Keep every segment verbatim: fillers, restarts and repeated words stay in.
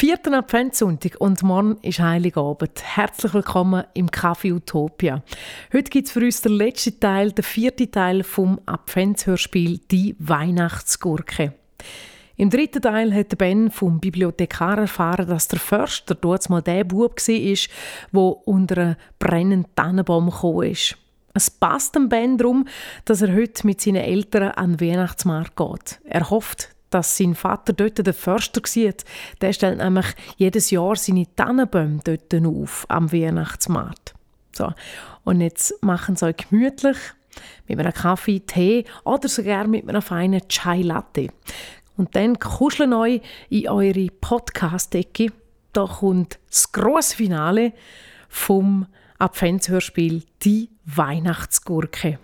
Vierten Adventssonntag und morgen ist Heiligabend. Herzlich willkommen im Café Utopia. Heute gibt es für uns den letzten Teil, den vierten Teil vom Adventshörspiel «Die Weihnachtsgurke». Im dritten Teil hat Ben vom Bibliothekar erfahren, dass der Förster dort mal der Bub war, der unter einen brennenden Tannenbaum gekommen ist. Es passt dem Ben darum, dass er heute mit seinen Eltern an den Weihnachtsmarkt geht. Er hofft, dass sein Vater dort den Förster sieht. Der stellt nämlich jedes Jahr seine Tannenbäume dort auf am Weihnachtsmarkt. So. Und jetzt machen sie euch gemütlich mit einem Kaffee, Tee oder sogar mit einem feinen Chai Latte. Und dann kuscheln euch in eure Podcast-Ecke. Da kommt das grosse Finale vom Adventshörspiel «Die Weihnachtsgurke».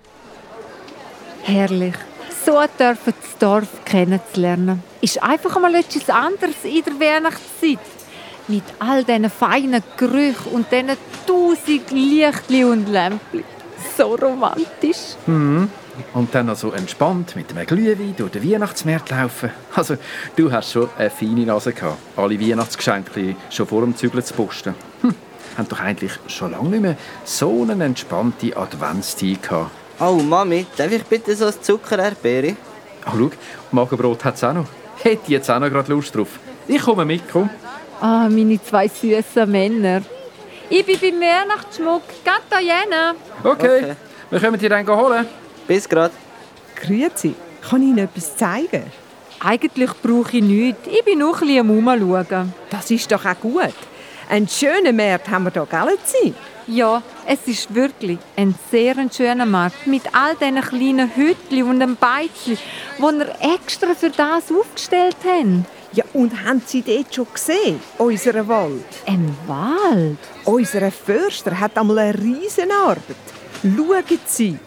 Herrlich. So dürfen das Dorf kennenzulernen. Ist einfach mal etwas anderes in der Weihnachtszeit. Mit all diesen feinen Gerüchen und diesen tausend Lichtli und Lämpchen. So romantisch. Mhm. Und dann noch so entspannt mit einem Glühwein durch den Weihnachtsmarkt laufen. Also, du hast schon eine feine Nase gehabt. Alle Weihnachtsgeschenke schon vor dem Zügeln zu posten. Hm. Haben doch eigentlich schon lange nicht mehr so eine entspannte Adventszeit gehabt. Oh, Mami, darf ich bitte so ein Zuckererdbeere? Ach, schau, Magenbrot hat es auch noch. Hätte jetzt auch noch gerade Lust drauf. Ich komme mit, komm. Ah, meine zwei süßen Männer. Ich bin beim Weihnachtsschmuck. Geht da hin. Okay, Okay. wir können die dann holen. Bis grad. Grüezi, kann ich Ihnen etwas zeigen? Eigentlich brauche ich nichts. Ich bin nur ein bisschen am Umschauen. Das ist doch auch gut. Einen schönen Markt haben wir hier, gell, Zi? Ja, es ist wirklich ein sehr schöner Markt mit all diesen kleinen Hütchen und einem Beizchen, die wir extra für das aufgestellt haben. Ja, und haben Sie dort schon gesehen, unseren Wald? Ein Wald? Unser Förster hat einmal eine Riesenarbeit. Schauen Sie.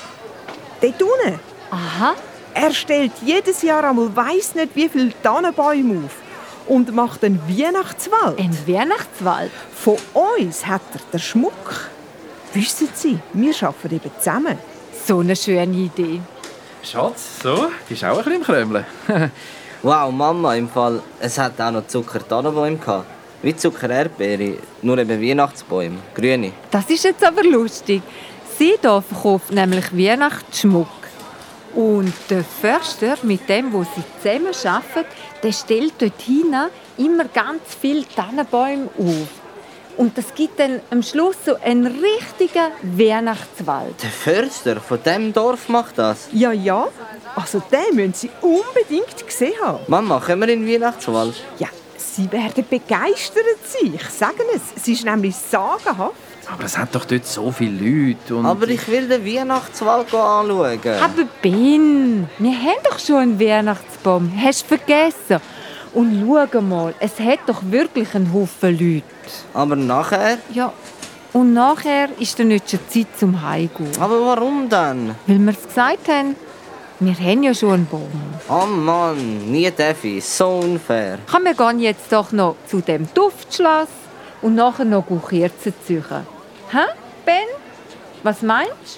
Dort unten. Aha. Er stellt jedes Jahr einmal weiss nicht wie viele Tannenbäume auf und macht einen Weihnachtswald. Ein Weihnachtswald? Von uns hat er den Schmuck. Wissen Sie, wir arbeiten eben zusammen. So eine schöne Idee. Schatz, so, bist du auch ein bisschen im Krömeln? Wow, Mama, im Fall, es hat auch noch Zucker-Tannenbäume gehabt. Wie Zucker-Erdbeere, nur eben Weihnachtsbäume, grüne. Das ist jetzt aber lustig. Sie hier verkauft nämlich Weihnachtsschmuck. Und der Förster, mit dem, wo sie zusammen arbeiten, der stellt dort hinten immer ganz viele Tannenbäume auf. Und das gibt dann am Schluss so einen richtigen Weihnachtswald. Der Förster von diesem Dorf macht das. Ja, ja. Also den müssen Sie unbedingt gesehen haben. Mama, können wir in den Weihnachtswald? Ja, Sie werden begeistert sein. Ich sage es. Es ist nämlich sagenhaft. Aber es hat doch dort so viele Leute. Und Aber ich will den Weihnachtswald anschauen. Aber Ben, wir haben doch schon einen Weihnachtsbaum. Hast du vergessen? Und schau mal, es hat doch wirklich einen Haufen Leute. Aber nachher? Ja, und nachher ist dann nicht schon Zeit zum Heimgehen. Aber warum dann? Weil wir es gesagt haben, wir haben ja schon einen Baum. Oh Mann, nie darf ich. So unfair. Komm, wir gehen jetzt doch noch zu dem Duftschloss und nachher noch Kerzen züchen. Hä, Ben? Was meinst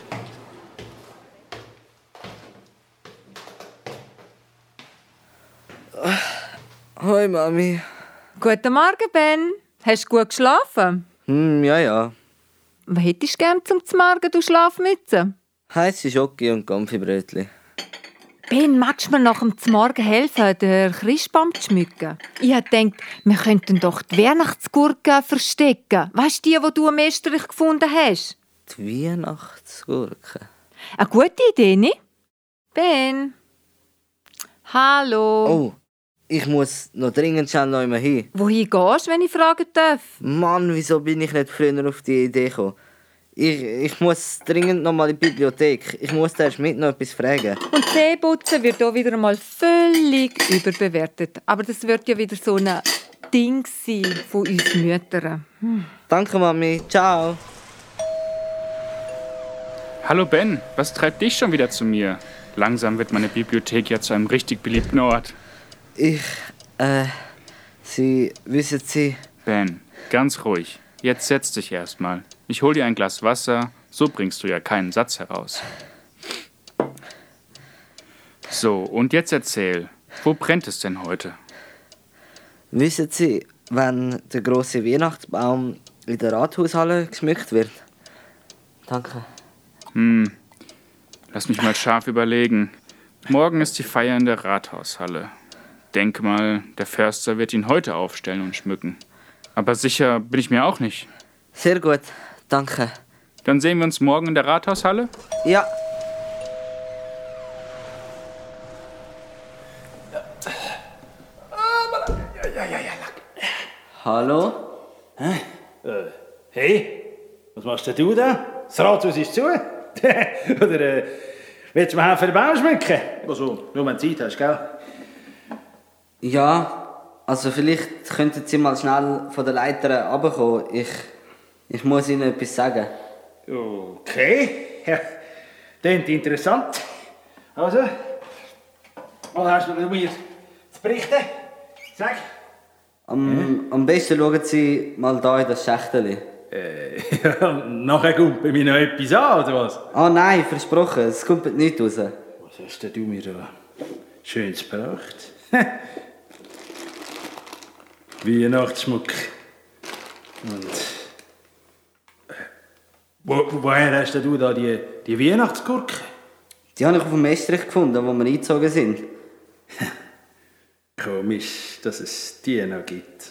du? Hoi, Mami. Guten Morgen, Ben. Hast du gut geschlafen? Hm, ja, ja. Was hättest du gern zum Morgen, du Schlafmütze? Heisse Schoki und Konfibrötli. Ben, magst du mir nach dem Morgen helfen, den Christbaum zu schmücken? Ich habe gedacht, wir könnten doch die Weihnachtsgurke verstecken. Weißt du, die, die du am Estrich gefunden hast? Die Weihnachtsgurke. Eine gute Idee, nicht? Ben? Hallo? Oh, ich muss noch dringend schnell noch einmal hin. Wohin gehst du, wenn ich fragen darf? Mann, wieso bin ich nicht früher auf die Idee gekommen? Ich, ich muss dringend noch mal in die Bibliothek. Ich muss da erst mit noch etwas fragen. Und Zähneputzen wird hier wieder einmal völlig überbewertet. Aber das wird ja wieder so ein Ding sein von uns Müttern. Hm. Danke, Mami. Ciao. Hallo Ben, was treibt dich schon wieder zu mir? Langsam wird meine Bibliothek ja zu einem richtig beliebten Ort. Ich, äh, Sie, wissen Sie... Ben, ganz ruhig. Jetzt setz dich erstmal. Ich hol dir ein Glas Wasser, so bringst du ja keinen Satz heraus. So, und jetzt erzähl, wo brennt es denn heute? Wissen Sie, wenn der grosse Weihnachtsbaum in der Rathaushalle geschmückt wird. Danke. Hm, lass mich mal scharf überlegen. Morgen ist die Feier in der Rathaushalle. Denke mal, der Förster wird ihn heute aufstellen und schmücken. Aber sicher bin ich mir auch nicht. Sehr gut, danke. Dann sehen wir uns morgen in der Rathaushalle? Ja. Hallo? Hä? Äh, hey, was machst denn du da? Das Rathaus ist zu. Oder äh, willst du mir helfen, den Baum schmücken? Also, nur wenn du Zeit hast, gell? Ja, also vielleicht könnten Sie mal schnell von der Leiter runterkommen. Ich, ich muss Ihnen etwas sagen. Okay, ja, klingt interessant. Also, was hast du mir zu berichten? Sag. Am, hm? am besten schauen Sie mal da in das Schächtchen. Äh, ja, nachher kommt bei mir noch etwas an, oder was? Ah nein, versprochen, es kommt nicht raus. Was hast denn du mir da Schönes gebracht? Weihnachtsschmuck. Und äh, wo, woher hast denn du da die, die Weihnachtsgurke? Die habe ich auf dem Estrich gefunden, wo wir eingezogen sind. Komisch, dass es die noch gibt.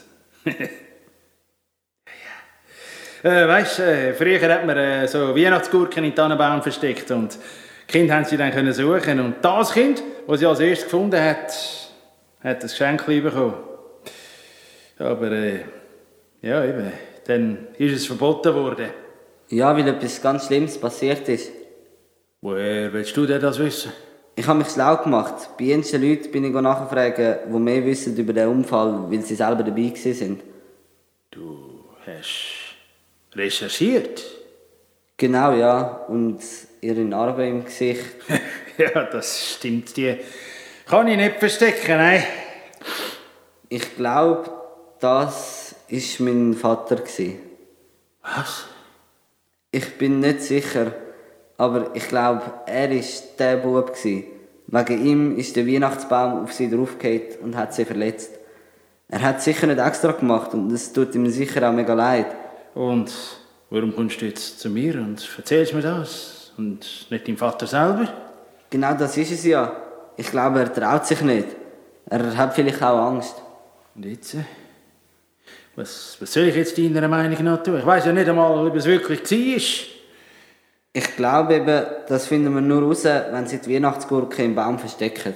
äh, weißt du, äh, früher hat man äh, so Weihnachtsgurken in den Tannenbaum versteckt und die Kinder haben sie dann können suchen. Und das Kind, das sie als erstes gefunden hat, hat das Geschenk bekommen. Aber äh, ja, eben, dann ist es verboten worden. Ja, weil etwas ganz Schlimmes passiert ist. Woher willst du denn das wissen? Ich habe mich schlau gemacht. Bei jensten Leuten bin ich nachfragen, die mehr wissen über den Unfall, weil sie selber dabei waren. Du hast recherchiert? Genau, ja. Und ihre Narbe im Gesicht. Ja, das stimmt. Die kann ich nicht verstecken, nein. Ich glaube, das war mein Vater. Was? Ich bin nicht sicher. Aber ich glaube, er war der Bub. Wegen ihm ist der Weihnachtsbaum auf sie draufgefallen und hat sie verletzt. Er hat es sicher nicht extra gemacht und es tut ihm sicher auch mega leid. Und warum kommst du jetzt zu mir und erzählst mir das? Und nicht deinem Vater selber? Genau das ist es ja. Ich glaube, er traut sich nicht. Er hat vielleicht auch Angst. Und jetzt? Was, was soll ich jetzt deiner Meinung nach tun? Ich weiss ja nicht einmal, ob es wirklich war. Ich glaube eben, das finden wir nur raus, wenn sie die Weihnachtsgurke im Baum verstecken.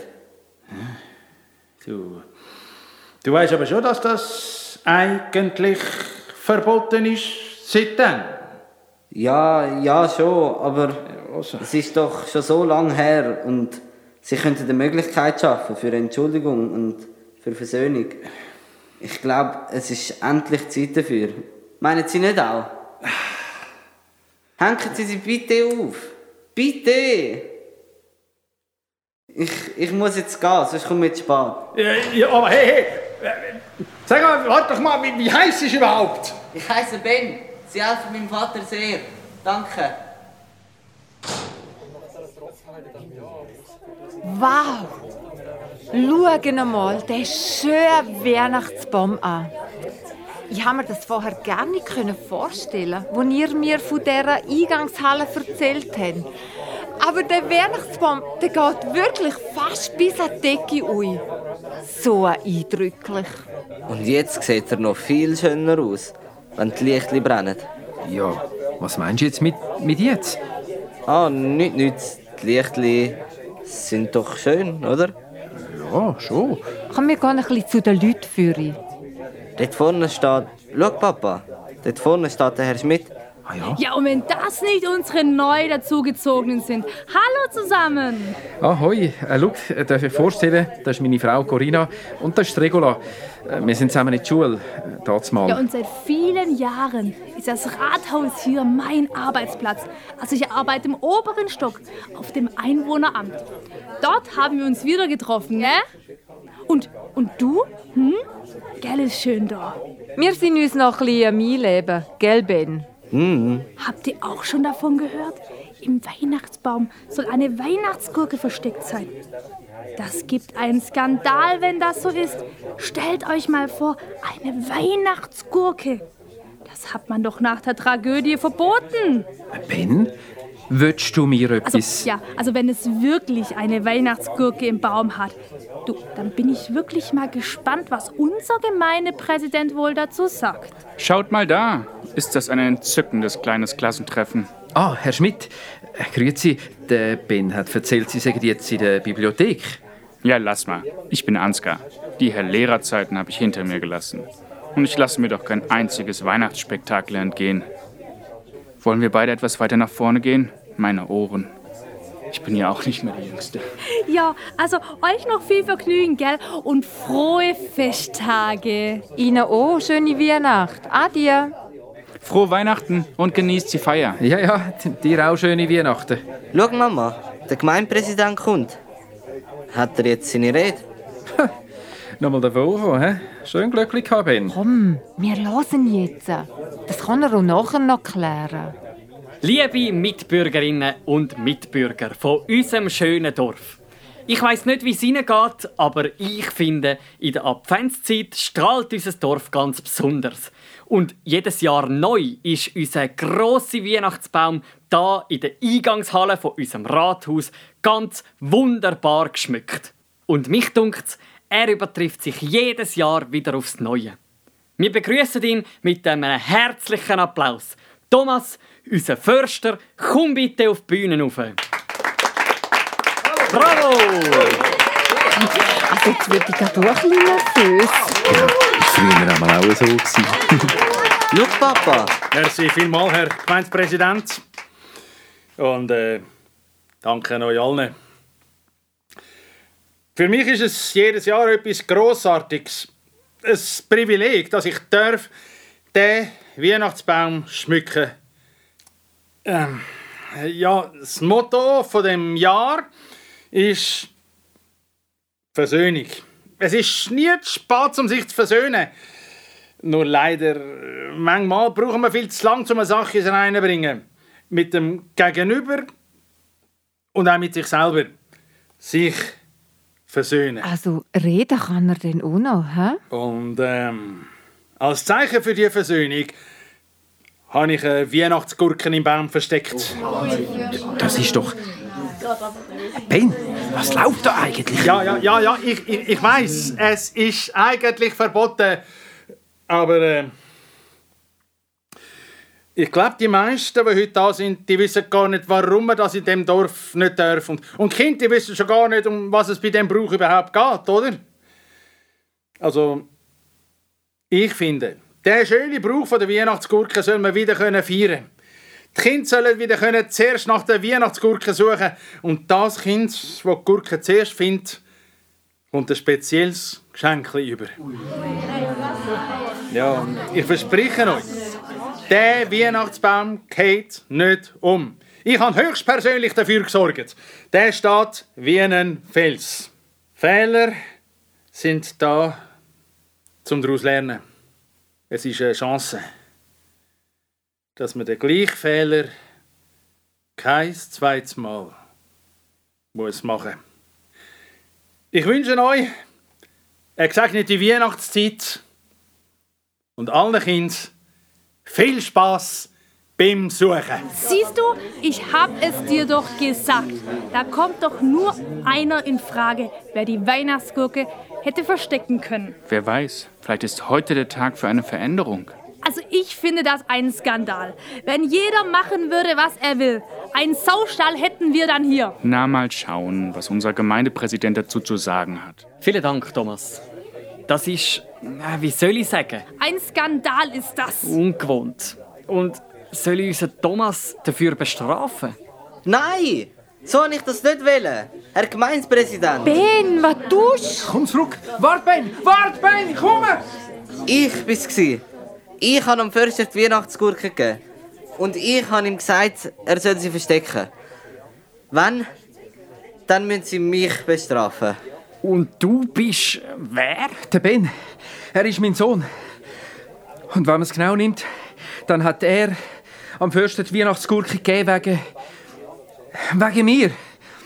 Du, du weißt aber schon, dass das eigentlich verboten ist seitdem? Ja, ja schon, aber Ja, also. es ist doch schon so lange her und sie könnten eine Möglichkeit schaffen für Entschuldigung und für Versöhnung. Ich glaube, es ist endlich Zeit dafür. Meinen Sie nicht auch? Hängen Sie sie bitte auf. Bitte! Ich, ich muss jetzt gehen, sonst komme ich zu spät. Ja, ja, aber hey, hey! Sag mal, warte doch mal, wie, wie heisst es überhaupt? Ich heiße Ben. Sie helfen meinem Vater sehr. Danke. Wow! Schauen mal den schönen Weihnachtsbaum an. Ich konnte mir das vorher gar nicht vorstellen, als ihr mir von dieser Eingangshalle erzählt habt. Aber der Weihnachtsbaum, der geht wirklich fast bis an die Decke ui. So eindrücklich. Und jetzt sieht er noch viel schöner aus, wenn die Lichter brennen. Ja, was meinst du jetzt mit, mit jetzt? Ah, nichts, nichts. Die Lichter sind doch schön, oder? Ja, schon. Komm, wir gehen ein bisschen zu den Leuten führen. Dort vorne steht... Schau, Papa. Dort vorne steht der Herr Schmidt. Ah ja? Ja, und wenn das nicht unsere neu dazugezogenen sind. Hallo zusammen! Ahoi, äh, schau, äh, darf ich vorstellen, das ist meine Frau Corinna und das ist Regula. Äh, wir sind zusammen in der Schule, äh, dazumal. Ja, und seit vielen Jahren ist das Rathaus hier mein Arbeitsplatz. Also ich arbeite im oberen Stock auf dem Einwohneramt. Dort haben wir uns wieder getroffen, gell? Und, und du? Hm? Gell, ist schön da. Wir sind uns noch ein bisschen am Einleben, gell, Ben? Mhm. Habt ihr auch schon davon gehört? Im Weihnachtsbaum soll eine Weihnachtsgurke versteckt sein. Das gibt einen Skandal, wenn das so ist. Stellt euch mal vor, eine Weihnachtsgurke. Das hat man doch nach der Tragödie verboten. Ben, willst du mir etwas... Also, ja, also wenn es wirklich eine Weihnachtsgurke im Baum hat, du, dann bin ich wirklich mal gespannt, was unser Gemeindepräsident wohl dazu sagt. Schaut mal da. Ist das ein entzückendes kleines Klassentreffen? Ah, Herr Schmidt. Äh, grüezi. Der Ben hat erzählt, Sie seien jetzt in der Bibliothek. Ja, lass mal. Ich bin Ansgar. Die Herr Lehrerzeiten habe ich hinter mir gelassen. Und ich lasse mir doch kein einziges Weihnachtsspektakel entgehen. Wollen wir beide etwas weiter nach vorne gehen? Meine Ohren. Ich bin ja auch nicht mehr die Jüngste. Ja, also euch noch viel Vergnügen, gell? Und frohe Festtage. Ihnen auch schöne Weihnacht. Adieu. Frohe Weihnachten und genießt die Feier. Ja, ja, dir auch schöne Weihnachten. Schau, Mama, der Gemeindepräsident kommt. Hat er jetzt seine Rede? Nochmal davon, hä? Schön glücklich gehabt, Ben. Komm, wir hören jetzt. Das kann er auch nachher noch klären. Liebe Mitbürgerinnen und Mitbürger von unserem schönen Dorf. Ich weiss nicht, wie es Ihnen geht, aber ich finde, in der Adventszeit strahlt unser Dorf ganz besonders. Und jedes Jahr neu ist unser grosser Weihnachtsbaum da in der Eingangshalle von unserem Rathaus ganz wunderbar geschmückt. Und mich dunkt's, er übertrifft sich jedes Jahr wieder aufs Neue. Wir begrüßen ihn mit einem herzlichen Applaus. Thomas, unser Förster, komm bitte auf die Bühne rauf. Bravo! Also jetzt würde ich gerade auch ein bisschen nervös. Ja, das war früher einmal auch so. Schau, Papa. Merci vielmals, Herr Gemeindepräsident. Und äh, danke euch allen. Für mich ist es jedes Jahr etwas Grossartiges. Ein Privileg, dass ich darf, den Weihnachtsbaum schmücken. Ähm, ja, das Motto von dem Jahr ist Versöhnung. Es ist nie zu spät, um sich zu versöhnen. Nur leider, manchmal brauchen wir viel zu lange, um eine Sache ins Reine zu bringen. Mit dem Gegenüber und auch mit sich selber. Sich versöhnen. Also reden kann er denn auch noch, hä? Und ähm, als Zeichen für diese Versöhnung habe ich eine Weihnachtsgurken im Baum versteckt. Das ist doch... Ben, was läuft da eigentlich? Ja, ja, ja, ja, ich, ich, ich weiss, es ist eigentlich verboten. Aber äh, ich glaube, die meisten, die heute da sind, die wissen gar nicht, warum man das in diesem Dorf nicht darf. Und, und die Kinder die wissen schon gar nicht, um was es bei diesem Brauch überhaupt geht, oder? Also, ich finde, den schönen Brauch der Weihnachtsgurke soll man wieder feiern können. Die Kinder sollen wieder können zuerst nach der Weihnachtsgurke suchen. Und das Kind, das die Gurke zuerst findet, kommt ein spezielles Geschenk über. Ja, ich verspreche euch, der Weihnachtsbaum geht nicht um. Ich habe höchstpersönlich dafür gesorgt. Der steht wie ein Fels. Fehler sind da, um daraus zu lernen. Es ist eine Chance, dass man den gleichen Fehler kein zweites Mal muss machen. Ich wünsche euch eine gesegnete Weihnachtszeit und allen Kindern viel Spass beim Suchen. Siehst du, ich hab es dir doch gesagt. Da kommt doch nur einer in Frage, wer die Weihnachtsgurke hätte verstecken können. Wer weiß, vielleicht ist heute der Tag für eine Veränderung. Also ich finde das ein Skandal. Wenn jeder machen würde, was er will. Einen Saustall hätten wir dann hier. Na, mal schauen, was unser Gemeindepräsident dazu zu sagen hat. Vielen Dank, Thomas. Das ist, äh, wie soll ich sagen? Ein Skandal ist das. Ungewohnt. Und soll ich unseren Thomas dafür bestrafen? Nein! So habe ich das nicht wollen. Herr Gemeindepräsident. Ben, was tust du? Komm zurück! Wart, Ben! Wart, Ben! Komm! Ich war es. Ich habe ihm Förster die Weihnachtsgurke gegeben. Und ich habe ihm gesagt, er soll sie verstecken. Wenn, dann müssen sie mich bestrafen. Und du bist wer? Der Ben. Er ist mein Sohn. Und wenn man es genau nimmt, dann hat er am Förster die Weihnachtsgurke gegeben wegen... wegen mir.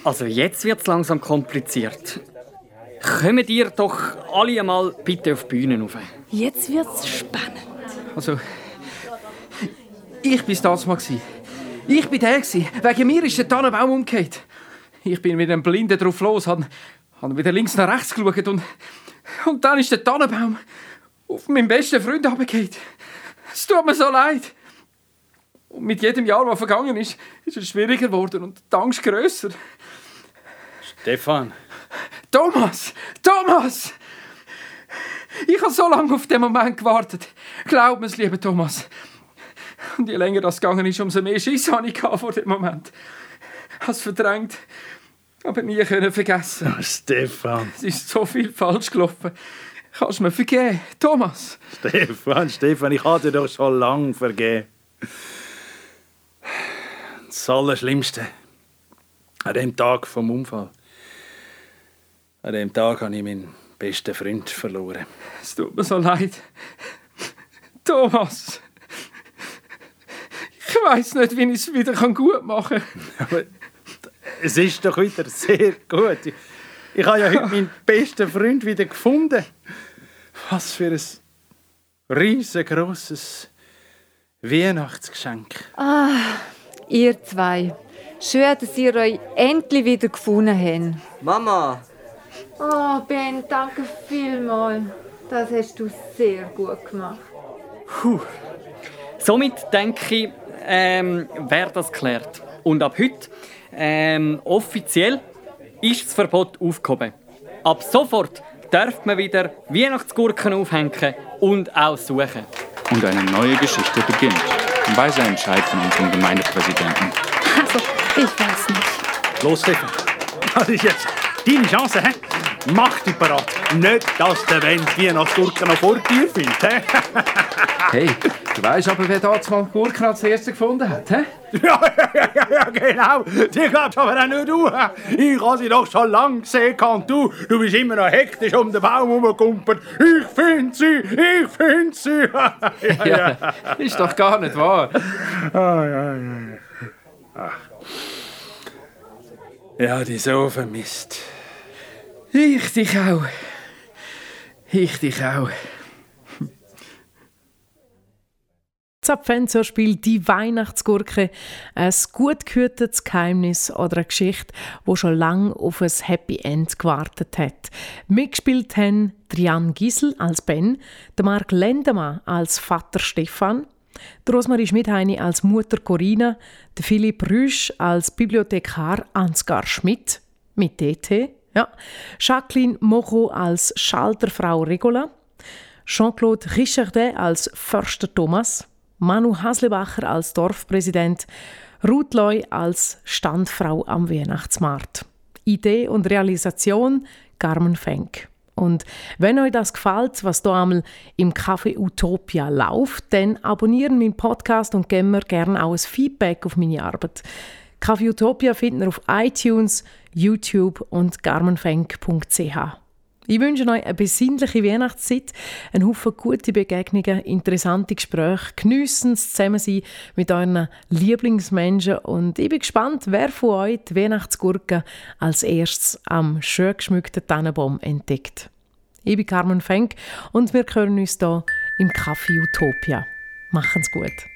Also jetzt wird es langsam kompliziert. Kommt ihr doch alle einmal bitte auf die Bühne rauf. Jetzt wird's spannend. Also, ich war das mal. Ich war der. Wegen mir ist der Tannenbaum umgekehrt. Ich bin mit einem Blinden drauf los, habe hab wieder links nach rechts geschaut und, und dann ist der Tannenbaum auf meinen besten Freund runtergefallen. Es tut mir so leid. Und mit jedem Jahr, das vergangen ist, ist es schwieriger geworden und die Angst grösser. Stefan. Thomas! Thomas! Ich habe so lange auf den Moment gewartet. Glaub mir's, lieber Thomas. Und je länger das gegangen ist, umso mehr Schiss hatte ich vor dem Moment. Ich habe es verdrängt, aber nie können vergessen. Oh, Stefan. Es ist so viel falsch gelaufen. Kannst du mir vergeben, Thomas? Stefan, Stefan, ich habe dir doch schon lange vergeben. Das Allerschlimmste. An dem Tag vom Unfall. An dem Tag habe ich meinen besten Freund verloren. Es tut mir so leid. Thomas. Ich weiss nicht, wie ich es wieder gut machen kann. Aber es ist doch wieder sehr gut. Ich, ich habe ja heute meinen besten Freund wieder gefunden. Was für ein riesengroßes Weihnachtsgeschenk. Ah, ihr zwei. Schön, dass ihr euch endlich wieder gefunden habt. Mama! Oh, Ben, danke vielmals. Das hast du sehr gut gemacht. Puh. Somit denke ich, ähm, wäre das geklärt. Und ab heute, ähm, offiziell, ist das Verbot aufgehoben. Ab sofort darf man wieder Weihnachtsgurken aufhängen und auch suchen. Und eine neue Geschichte beginnt. Ein weiser Entscheid von unserem Gemeindepräsidenten. Also, ich weiß nicht. Los, Stefan. Das ist jetzt deine Chance, hä? Mach dich parat. Nicht, dass der Wendt die Weihnachtsgurken noch vor dir findet, hä? Hey, du weisst aber, wer da mal die Gurken als Erster gefunden hat, hä? Ja, ja, ja, ja, genau. Die glaubst aber auch nicht du. Ich habe sie doch schon lange gesehen. Und du, du bist immer noch hektisch um den Baum herumgekumpelt. Ich finde sie, ich finde sie. ja, ja. ja, ist doch gar nicht wahr. Ah, ja, ja, ja. Ach. Ja, die so vermisst. Ich dich auch. Ich dich auch. Das Adventshörspiel «Die Weihnachtsgurke», ein gut gehütetes Geheimnis oder eine Geschichte, die schon lange auf ein Happy End gewartet hat. Mitgespielt haben Jan Gisel als Ben, Marc Lendemann als Vater Stefan, Rosmarie Schmidheini als Mutter Corinna, Philipp Rüsch als Bibliothekar Ansgar Schmidt mit D T, ja. Jacqueline Mocho als Schalterfrau Regola, Jean-Claude Richardet als Förster Thomas, Manu Haslebacher als Dorfpräsident, Ruth Loy als Standfrau am Weihnachtsmarkt. Idee und Realisation Carmen Fenk. Und wenn euch das gefällt, was hier einmal im Café Utopia läuft, dann abonnieren meinen Podcast und geben mir gerne auch ein Feedback auf meine Arbeit. Café Utopia findet ihr auf iTunes, YouTube und carmenfenk punkt c h. Ich wünsche euch eine besinnliche Weihnachtszeit, einen Haufen gute Begegnungen, interessante Gespräche, geniessendes Zusammensein mit euren Lieblingsmenschen und ich bin gespannt, wer von euch die Weihnachtsgurke als erstes am schön geschmückten Tannenbaum entdeckt. Ich bin Carmen Fenk und wir hören uns hier im Café Utopia. Machen's gut!